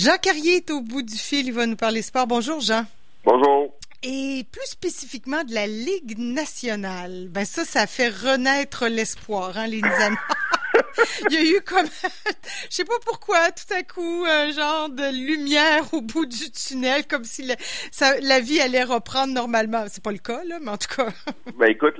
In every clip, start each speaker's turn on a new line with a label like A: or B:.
A: Jean Carrier est au bout du fil, il va nous parler sport. Bonjour Jean.
B: Bonjour.
A: Et plus spécifiquement de la Ligue nationale. Ben ça fait renaître l'espoir, hein, les Nizanais. Il y a eu comme, je sais pas pourquoi, tout à coup, un genre de lumière au bout du tunnel, comme si la vie allait reprendre normalement. C'est pas le cas, là, mais en tout cas.
B: Ben écoute,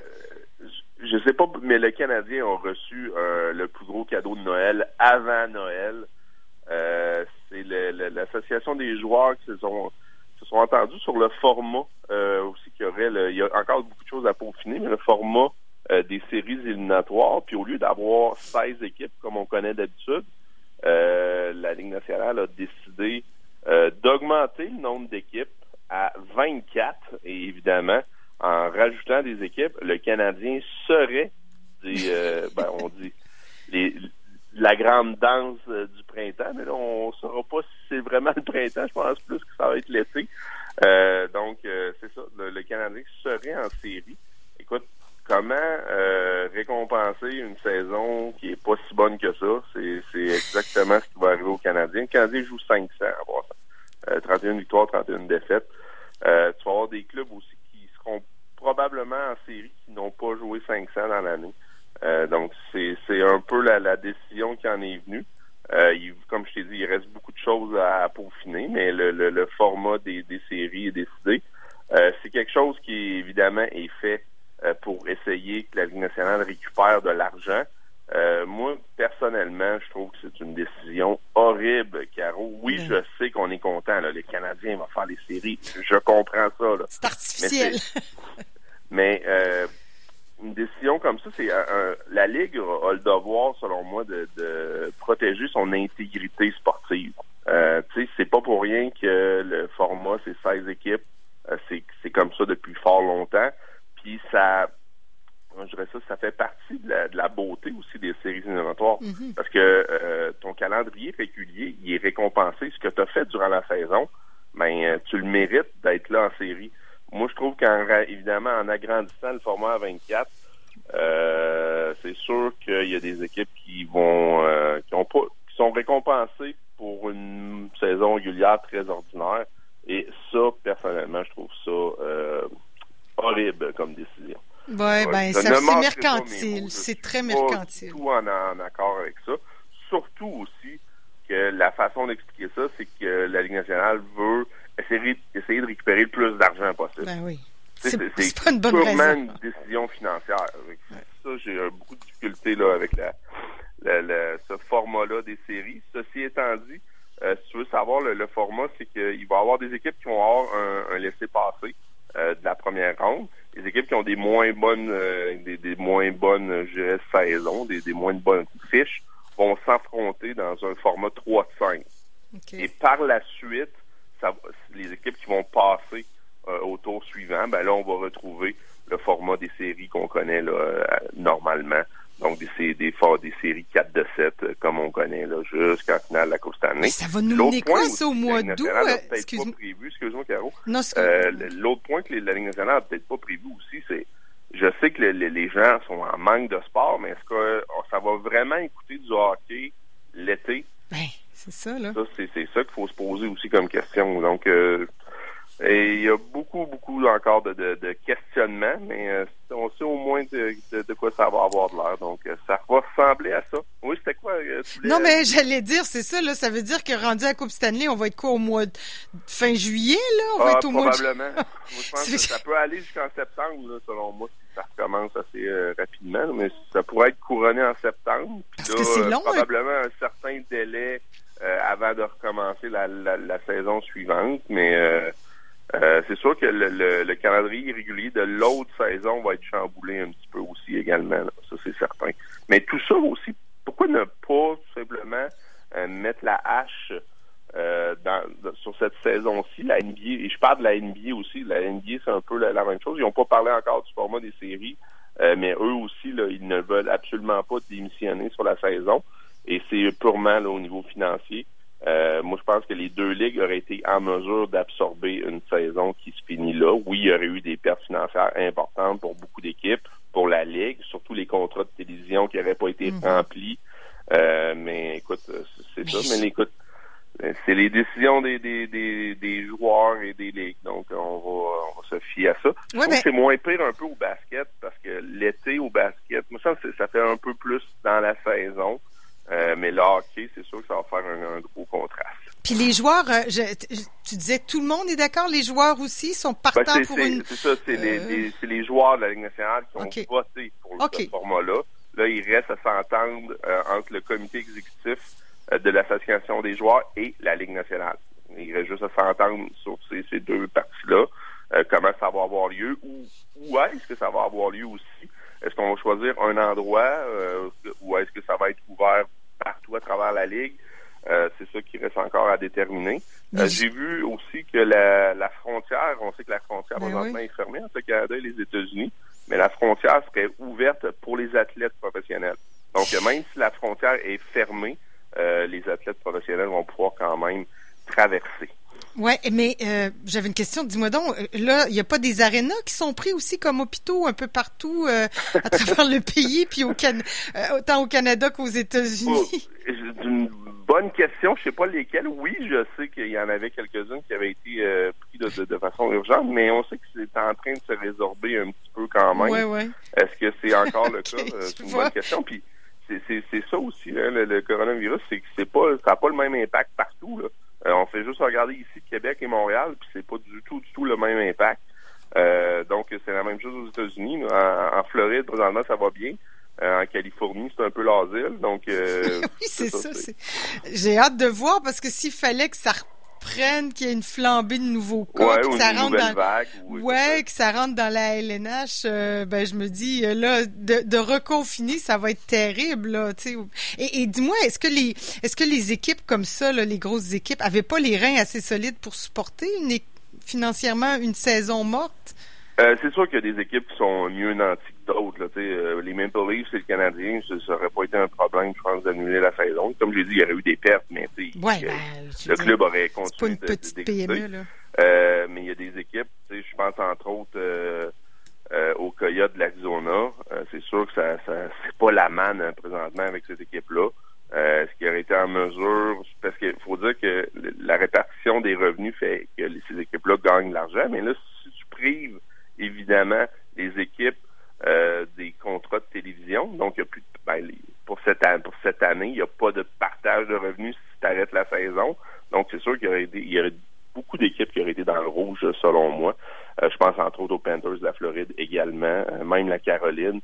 B: je sais pas, mais les Canadiens ont reçu le plus gros cadeau de Noël avant Noël. C'est l'association des joueurs qui se sont entendus sur le format aussi il y a encore beaucoup de choses à peaufiner, mais le format des séries éliminatoires. Puis au lieu d'avoir 16 équipes comme on connaît d'habitude, la Ligue nationale a décidé d'augmenter le nombre d'équipes à 24. Et évidemment, en rajoutant des équipes, le Canadien serait on dit la grande danse du printemps, mais là, on ne saura pas si c'est vraiment le printemps. Je pense plus que ça va être l'été. Donc, c'est ça. Le Canadien serait en série. Écoute, comment récompenser une saison qui est pas si bonne que ça? C'est exactement ce qui va arriver aux Canadiens. Le Canadien joue 500 à voir ça. 31 victoires, 31 défaites. Tu vas avoir des clubs aussi qui seront probablement en série qui n'ont pas joué 500 dans l'année. Donc, c'est un peu la décision qui en est venue. Comme je t'ai dit, il reste beaucoup de choses à peaufiner, mais le format des séries est décidé. C'est quelque chose qui, évidemment, est fait pour essayer que la Ligue nationale récupère de l'argent. Moi, personnellement, je trouve que c'est une décision horrible, Caro. Oui, je sais qu'on est content. Là, les Canadiens vont faire les séries. Je comprends ça. Là.
A: C'est artificiel.
B: Mais une décision comme ça, c'est la Ligue a le devoir, selon moi, de protéger son intégrité sportive. Tu sais, c'est pas pour rien que le format, c'est 16 équipes. C'est comme ça depuis fort longtemps. Puis ça fait partie de la beauté aussi des séries éliminatoires. Mm-hmm. Parce que ton calendrier régulier, il est récompensé. Ce que tu as fait durant la saison, tu le mérites d'être là en série. Moi, je trouve évidemment, en agrandissant le format à 24, c'est sûr qu'il y a des équipes qui sont récompensées pour une saison régulière très ordinaire. Et ça, personnellement, je trouve ça horrible comme décision.
A: Oui, c'est mercantile. C'est très mercantile.
B: Je suis pas du tout en accord avec ça. Surtout aussi que la façon d'expliquer ça, c'est que la Ligue nationale veut essayer de récupérer le plus d'argent possible.
A: Ben oui.
B: C'est
A: pas une bonne
B: purement
A: raison.
B: une décision financière. Ça, j'ai beaucoup de difficultés là, avec ce format-là des séries. Ceci étant dit, si tu veux savoir le format, c'est qu'il va y avoir des équipes qui vont avoir un laissez-passer de la première ronde. Les équipes qui ont des moins bonnes, je dirais, saisons, des moins bonnes fiches, vont s'affronter dans un format 3-5. Okay. Et par la suite, les équipes qui vont passer au tour suivant, là, on va retrouver le format des séries qu'on connaît là, normalement. Donc, des séries 4-7, comme on connaît, là, jusqu'en finale de la Coupe Stanley.
A: Mais ça va nous mener quoi, ça, au mois d'août?
B: Excuse-moi, Caro.
A: Non,
B: l'autre point que la Ligue nationale n'a peut-être pas prévu aussi, c'est, je sais que les gens sont en manque de sport, mais est-ce que ça va vraiment écouter du hockey l'été?
A: C'est ça, là.
B: Ça, c'est ça qu'il faut se poser aussi comme question. Donc, et il y a beaucoup encore de questionnements, mais on sait au moins de quoi ça va avoir de l'air. Donc, ça va ressembler à ça. Oui, c'était quoi?
A: Non, mais j'allais dire, c'est ça, là. Ça veut dire que rendu à la Coupe Stanley, on va être quoi au mois de fin juillet, là? On va être au
B: probablement. Moi, je pense que ça peut aller jusqu'en septembre, là, selon moi, si ça recommence assez rapidement. Mais ça pourrait être couronné en septembre.
A: Parce que c'est long,
B: probablement un certain délai avant de recommencer la saison suivante. Mais c'est sûr que le calendrier régulier de l'autre saison va être chamboulé un petit peu aussi également. Là. Ça, c'est certain. Mais tout ça aussi, pourquoi ne pas tout simplement mettre la hache sur cette saison-ci, la NBA, et je parle de la NBA aussi, la NBA, c'est un peu la même chose. Ils n'ont pas parlé encore du format des séries, mais eux aussi, là, ils ne veulent absolument pas démissionner sur la saison. Et c'est purement là, au niveau financier. Moi, je pense que les deux ligues auraient été en mesure d'absorber une saison qui se finit là. Oui, il y aurait eu des pertes financières importantes pour beaucoup d'équipes, pour la ligue, surtout les contrats de télévision qui n'auraient pas été remplis. Mais écoute, c'est ça. Mais écoute, c'est les décisions des joueurs et des ligues. Donc, on va se fier à ça. Je trouve que c'est moins pire un peu au basket parce que l'été au basket, moi, ça fait un peu plus dans la saison. Mais le hockey, c'est sûr que ça va faire un gros contraste.
A: Puis les joueurs, tu disais tout le monde est d'accord? Les joueurs aussi sont partants pour une...
B: C'est ça, c'est les joueurs de la Ligue nationale qui ont voté pour ce format-là. Là, il reste à s'entendre entre le comité exécutif de l'Association des joueurs et la Ligue nationale. Il reste juste à s'entendre sur ces deux parties-là, comment ça va avoir lieu, où est-ce que ça va avoir lieu aussi. Est-ce qu'on va choisir un endroit ou est-ce que ça va être ouvert partout à travers la Ligue? C'est ça qui reste encore à déterminer. J'ai vu aussi que la frontière, on sait que la frontière présentement est fermée entre le Canada et les États-Unis, mais la frontière serait ouverte pour les athlètes professionnels. Donc, même si la frontière est fermée, les athlètes professionnels vont pouvoir quand même traverser.
A: Ouais, mais j'avais une question. Dis-moi donc, là, il n'y a pas des arénas qui sont pris aussi comme hôpitaux un peu partout à travers le pays, puis autant au Canada qu'aux États-Unis?
B: C'est une bonne question. Je sais pas lesquelles. Oui, je sais qu'il y en avait quelques-unes qui avaient été prises de façon urgente, mais on sait que c'est en train de se résorber un petit peu quand même.
A: Ouais.
B: Est-ce que c'est encore le cas? C'est une bonne question. Puis c'est ça aussi, hein, le coronavirus, c'est que ça n'a pas le même impact partout, là. On fait juste regarder ici Québec et Montréal, puis c'est pas du tout le même impact. Donc, c'est la même chose aux États-Unis. En Floride, présentement, ça va bien. En Californie, c'est un peu l'asile. Donc,
A: oui, c'est ça. J'ai hâte de voir parce que s'il fallait que ça reprenne, qu'il y ait une flambée de nouveaux cas, que ça rentre dans vague, que ça rentre dans la LNH, je me dis là de reconfiner, ça va être terrible là, tu sais. Et dis-moi, est-ce que les équipes comme ça, là, les grosses équipes, avaient pas les reins assez solides pour supporter financièrement une saison morte?
B: C'est sûr qu'il y a des équipes qui sont mieux nanties que d'autres. Là, les Maple Leafs et le Canadien, ça n'aurait pas été un problème, je pense, d'annuler la saison. Comme j'ai dit, il y aurait eu des pertes, mais le club aurait continué
A: d'exister. PME, là.
B: Mais il y a des équipes, je pense entre autres aux Coyotes de l'Arizona. C'est sûr que ça c'est pas la manne présentement avec cette équipe-là. Ce qui aurait été en mesure, parce qu'il faut dire que la répartition des revenus fait que ces équipes-là gagnent de l'argent, mais là, si tu prives évidemment les équipes des contrats de télévision, donc il y a plus pour cette année, il n'y a pas de partage de revenus si tu arrêtes la saison. Donc c'est sûr qu'il y aurait beaucoup d'équipes qui auraient été dans le rouge, selon moi. Je pense entre autres aux Panthers de la Floride également, même la Caroline.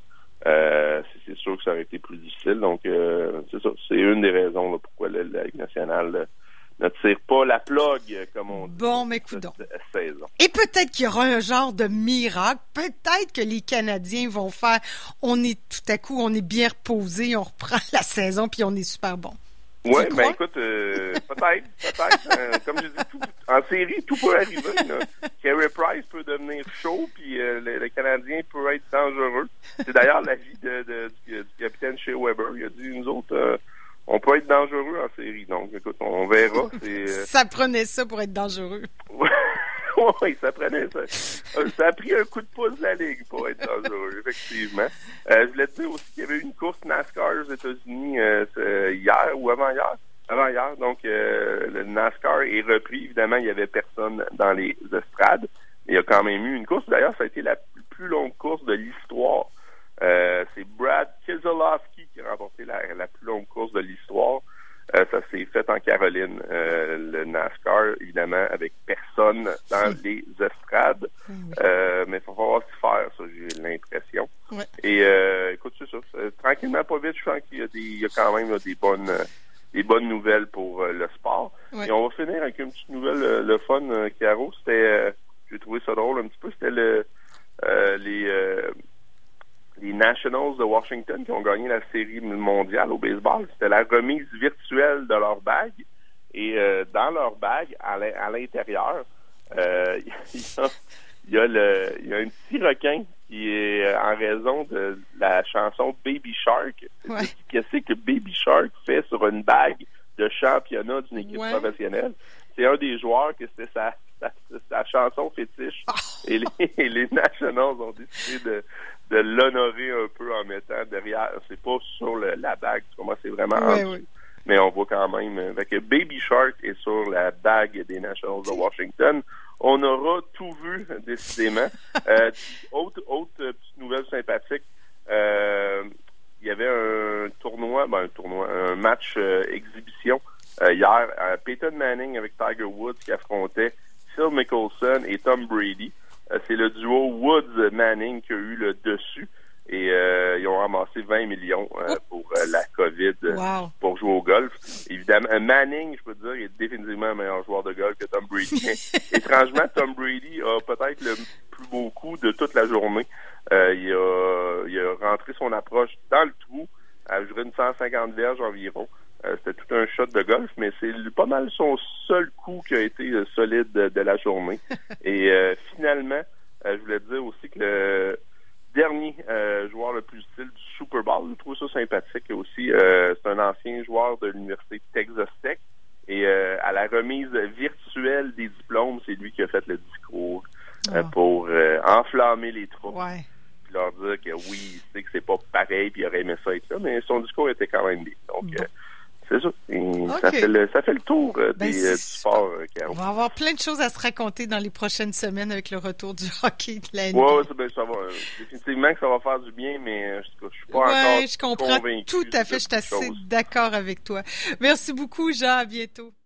B: C'est sûr que ça aurait été plus difficile. Donc c'est ça, c'est une des raisons là, pourquoi la Ligue nationale ne tire pas la plug, comme on dit.
A: Bon, mais coudonc.
B: Saison.
A: Et peut-être qu'il y aura un genre de miracle. Peut-être que les Canadiens vont faire, on est bien reposés, on reprend la saison, puis on est super bon.
B: Oui, ben écoute, peut-être. Comme je dis, en série, tout peut arriver. Là. Carey Price peut devenir chaud, puis le Canadien peut être dangereux. C'est d'ailleurs l'avis du capitaine Shea Weber. Il a dit, nous autres, on peut être dangereux en série. Donc, écoute, on verra.
A: Ça prenait ça pour être dangereux.
B: Oui, ça prenait ça. Ça a pris un coup de pouce de la Ligue pour être dangereux, effectivement. Je voulais te dire aussi qu'il y avait eu une course NASCAR aux États-Unis hier ou avant-hier. Avant-hier, donc le NASCAR est repris. Évidemment, il n'y avait personne dans les estrades. Mais il y a quand même eu une course. D'ailleurs, ça a été la plus longue course de l'histoire. C'est Brad Keselowski qui a remporté la plus longue course de l'histoire. Ça s'est fait en Caroline, le NASCAR, évidemment, avec personne dans les estrades. Mais il va falloir s'y faire, ça, j'ai l'impression.
A: Ouais.
B: Et écoute, c'est ça. Tranquillement, pas vite, je sens qu'il y a quand même des bonnes nouvelles pour le sport.
A: Ouais.
B: Et on va finir avec une petite nouvelle, le fun, Caro. C'était, j'ai trouvé ça drôle un petit peu, c'était les Nationals de Washington qui ont gagné la série mondiale au baseball. C'était la remise virtuelle de leur bague. Et dans leur bague, à l'intérieur, il y a un petit requin qui est en raison de la chanson Baby Shark.
A: Ouais.
B: Qu'est-ce que Baby Shark fait sur une bague de championnat d'une équipe professionnelle? C'est un des joueurs que c'était sa chanson fétiche. Et les Nationals ont décidé de l'honorer un peu en mettant derrière. C'est pas sur la bague, c'est vraiment mais on voit quand même que Baby Shark est sur la bague des Nationals de Washington. On aura tout vu, décidément. Autre petite nouvelle sympathique, il y avait un match exhibition hier. Peyton Manning avec Tiger Woods qui affrontait Phil Mickelson et Tom Brady. C'est le duo Woods-Manning qui a eu le dessus. Et ils ont ramassé 20 millions pour la COVID pour jouer au golf. Évidemment, Manning, je peux te dire, il est définitivement un meilleur joueur de golf que Tom Brady. Étrangement, Tom Brady a peut-être le plus beau coup de toute la journée. Il a rentré son approche dans le trou, à une 150 verges environ. C'était tout un shot de golf, mais c'est pas mal son seul coup qui a été solide de la journée. Et finalement, je voulais te dire aussi que le dernier joueur le plus utile du Super Bowl, je trouve ça sympathique aussi. C'est un ancien joueur de l'Université de Texas Tech. Et à la remise virtuelle des diplômes, c'est lui qui a fait le discours pour enflammer les troupes.
A: Ouais.
B: Puis leur dire que oui, il sait que c'est pas pareil, puis il aurait aimé ça être là, mais son discours était quand même bien. Donc, c'est ça. Ça fait le tour du sport.
A: On va avoir plein de choses à se raconter dans les prochaines semaines avec le retour du hockey de la NBA.
B: Oui, ça va. Définitivement que ça va faire du bien, mais je suis pas encore
A: je comprends
B: convaincu
A: tout à fait. Je suis assez d'accord avec toi. Merci beaucoup, Jean. À bientôt.